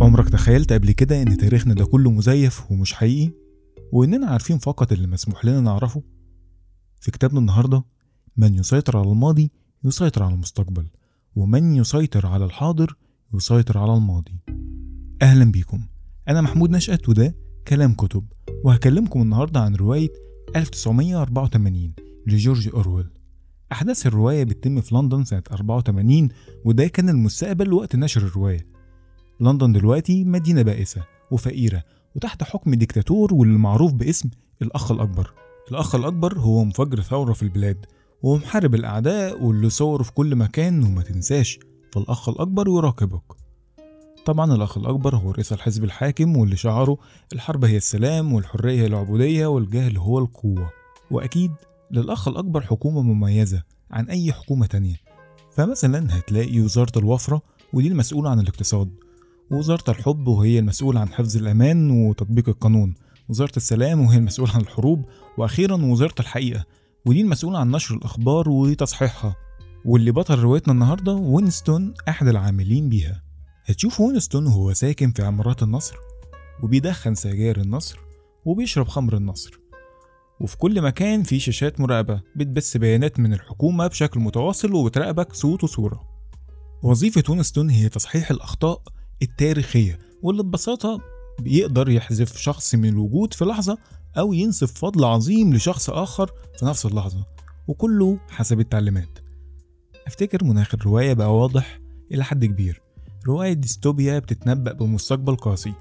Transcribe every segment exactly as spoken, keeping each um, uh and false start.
عمرك تخيلت قبل كده إن تاريخنا ده كله مزيف ومش حقيقي، وإننا عارفين فقط اللي مسموح لنا نعرفه؟ في كتابنا النهاردة، من يسيطر على الماضي يسيطر على المستقبل، ومن يسيطر على الحاضر يسيطر على الماضي. أهلا بيكم، أنا محمود نشأت وده كلام كتب، وهكلمكم النهاردة عن رواية ألف وتسعمية وأربعة وتمانين لجورج أورويل. أحداث الرواية بتتم في لندن سنة أربعة وتمانين، وده كان المستقبل وقت نشر الرواية. لندن دلوقتي مدينة بائسة وفقيرة وتحت حكم ديكتاتور واللي معروف باسم الأخ الأكبر. الأخ الأكبر هو مفجر ثورة في البلاد ومحارب الأعداء واللي صوره في كل مكان، وما تنساش فالأخ الأكبر يراقبك. طبعا الأخ الأكبر هو رئيس الحزب الحاكم واللي شعاره الحرب هي السلام والحرية هي العبودية والجهل هو القوة. وأكيد للأخ الأكبر حكومة مميزة عن أي حكومة تانية، فمثلا هتلاقي وزارة الوفرة ودي المسؤولة عن الاقتصاد، ووزارة الحب وهي المسؤولة عن حفظ الأمان وتطبيق القانون، وزارة السلام وهي المسؤولة عن الحروب، وأخيرا وزارة الحقيقة ودي المسؤولة عن نشر الأخبار وتصحيحها. واللي بطل روايتنا النهاردة وينستون أحد العاملين بيها. هتشوف وينستون هو ساكن في عمارات النصر وبيدخن سجاير النصر وبيشرب خمر النصر، وفي كل مكان في شاشات مراقبة بتبث بيانات من الحكومة بشكل متواصل وبتراقبك صوت وصورة. وظيفة وينستون هي تصحيح الأخطاء التاريخية، واللي ببساطة بيقدر يحذف شخص من الوجود في لحظة أو ينسب فضل عظيم لشخص آخر في نفس اللحظة، وكله حسب التعليمات. أفتكر مناخ الرواية بقى واضح إلى حد كبير، رواية ديستوبيا بتتنبأ بمستقبل قاسي.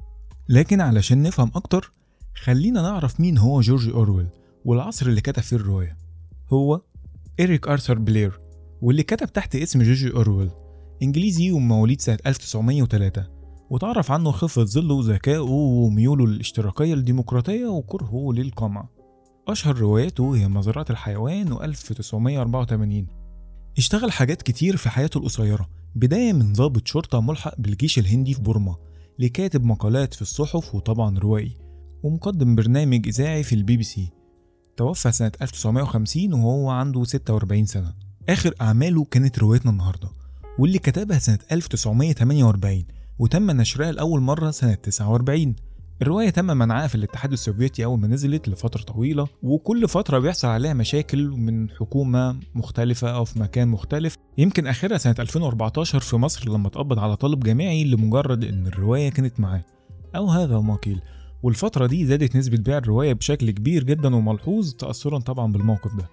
لكن علشان نفهم أكتر خلينا نعرف مين هو جورج أورويل والعصر اللي كتب فيه الرواية. هو إريك آرثر بلير، واللي كتب تحت اسم جورج أورويل، إنجليزي ومواليد سنة ألف وتسعمية وتلاتة، وتعرف عنه خفة ظله وذكائه وميوله للاشتراكية الديمقراطية وكرهه للقمع. أشهر رواياته هي مزرعة الحيوان وألف وتسعمية وأربعة وتمانين. اشتغل حاجات كتير في حياته القصيرة، بداية من ضابط شرطة ملحق بالجيش الهندي في بورما، لكاتب مقالات في الصحف وطبعا روائي، ومقدم برنامج إذاعي في البي بي سي. توفى سنة ألف وتسعمية وخمسين وهو عنده ستة وأربعين سنة. آخر أعماله كانت روايتنا النهاردة، واللي كتبها سنة ألف وتسعمية وتمانية وأربعين وتم نشرها لأول مرة سنة تسعة وأربعين. الرواية تم منعها في الاتحاد السوفيتي أول ما نزلت لفترة طويلة، وكل فترة بيحصل عليها مشاكل من حكومة مختلفة أو في مكان مختلف. يمكن آخرها سنة ألفين وأربعتاشر في مصر لما اتقبض على طالب جامعي لمجرد إن الرواية كانت معاه، أو هذا ما قيل. والفترة دي زادت نسبة بيع الرواية بشكل كبير جدا وملحوظ، تأثرا طبعا بالموقف ده.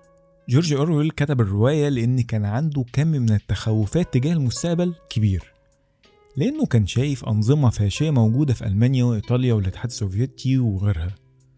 جورج أورويل كتب الرواية لأن كان عنده كم من التخوفات تجاه المستقبل كبير، لأنه كان شايف أنظمة فاشية موجودة في ألمانيا وإيطاليا والاتحاد السوفيتي وغيرها،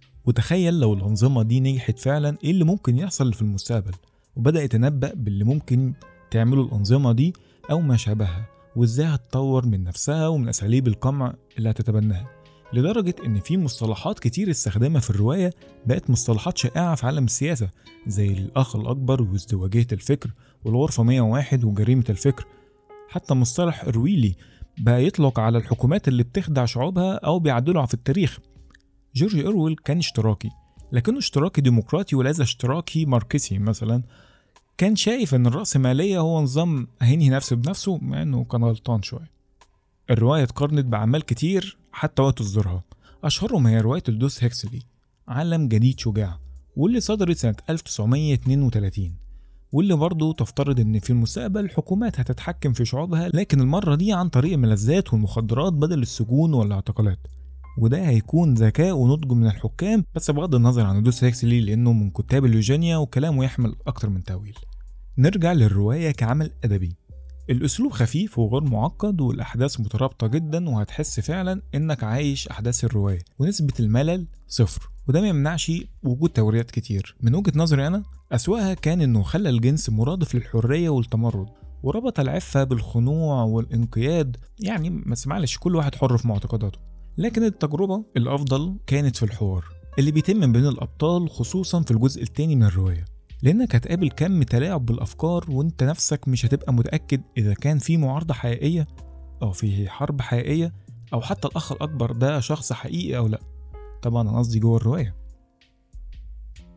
وتخيل لو الأنظمة دي نجحت فعلا إيه اللي ممكن يحصل في المستقبل، وبدأ يتنبأ باللي ممكن تعمله الأنظمة دي أو ما شابهها، وإزاي هتطور من نفسها ومن أساليب القمع اللي هتتبناها، لدرجة إن في مصطلحات كتير استخدامها في الرواية بقت مصطلحات شائعة في عالم السياسة، زي الأخ الأكبر وازدواجية الفكر والغرفة مية وواحد وجريمة الفكر. حتى مصطلح أرويلي بقى يطلق على الحكومات اللي بتخدع شعوبها أو بيعدلوا في التاريخ. جورج أورويل كان اشتراكي، لكنه اشتراكي ديمقراطي وليس اشتراكي ماركسي مثلا. كان شايف إن الرأسمالية هو نظام هينهي نفسه بنفسه، مع إنه كان غلطان شوية. الرواية اتقارنت بأعمال كتير حتى وقت إصدارها، أشهرهم هي رواية الدوس هيكسلي عالم جديد شجاع، واللي صدرت سنة ألف وتسعمية واتنين وتلاتين، واللي برضو تفترض إن في المستقبل الحكومات هتتحكم في شعوبها، لكن المرة دي عن طريق الملذات والمخدرات بدل السجون والاعتقالات. وده هيكون ذكاء ونضج من الحكام، بس بغض النظر عن الدوس هيكسلي لأنه من كتاب اليوجينيا وكلامه يحمل أكتر من تأويل. نرجع للرواية كعمل أدبي. الأسلوب خفيف وغير معقد، والأحداث مترابطة جدا، وهتحس فعلا إنك عايش أحداث الرواية، ونسبة الملل صفر. وده ما يمنعش وجود توريات كتير. من وجهة نظري أنا أسوأها كان إنه خلى الجنس مرادف للحرية والتمرد، وربط العفة بالخنوع والانقياد. يعني ما سمعلش كل واحد حر في معتقداته، لكن التجربة الأفضل كانت في الحوار اللي بيتم بين الأبطال، خصوصا في الجزء الثاني من الرواية، لأنك هتقابل كم تلاعب بالأفكار وانت نفسك مش هتبقى متأكد إذا كان في معارضة حقيقية أو في حرب حقيقية، أو حتى الأخ الأكبر ده شخص حقيقي أو لأ. طبعا أنا قصدي جوه الرواية.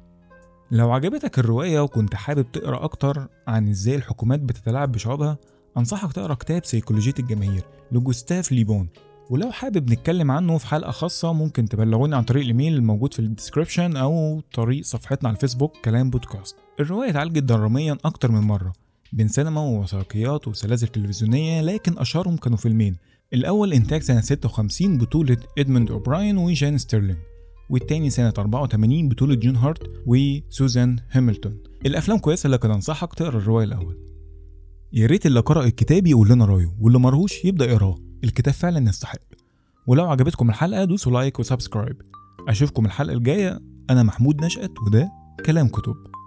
لو عجبتك الرواية وكنت حابب تقرأ أكتر عن إزاي الحكومات بتتلاعب بشعوبها، أنصحك تقرأ كتاب سيكولوجية الجماهير لجوستاف ليبون، ولو حابب نتكلم عنه في حلقة خاصة ممكن تبلغوني عن طريق الإيميل الموجود في الديسكريبشن أو طريق صفحتنا على الفيسبوك كلام بودكاست. الرواية اتعالجت دراميا أكتر من مرة بين سينما ووثائقيات وسلاسل تلفزيونية، لكن أشهرهم كانوا فيلمين. الأول إنتاج سنة ستة وخمسين بطولة إدموند أوبراين وجان ستيرلينج، والتاني سنة أربعة وثمانين بطولة جون هارت وسوزان هامilton. الأفلام كويسة لكن أنصحك تقرأ الرواية الأول. يا ريت اللي قرأ الكتاب يقول لنا رأيه، واللي مرهوش يبدأ يقراه، الكتاب فعلا يستحق. ولو عجبتكم الحلقة دوسوا لايك وسبسكرايب. أشوفكم الحلقة الجاية. أنا محمود نشأت وده كلام كتب.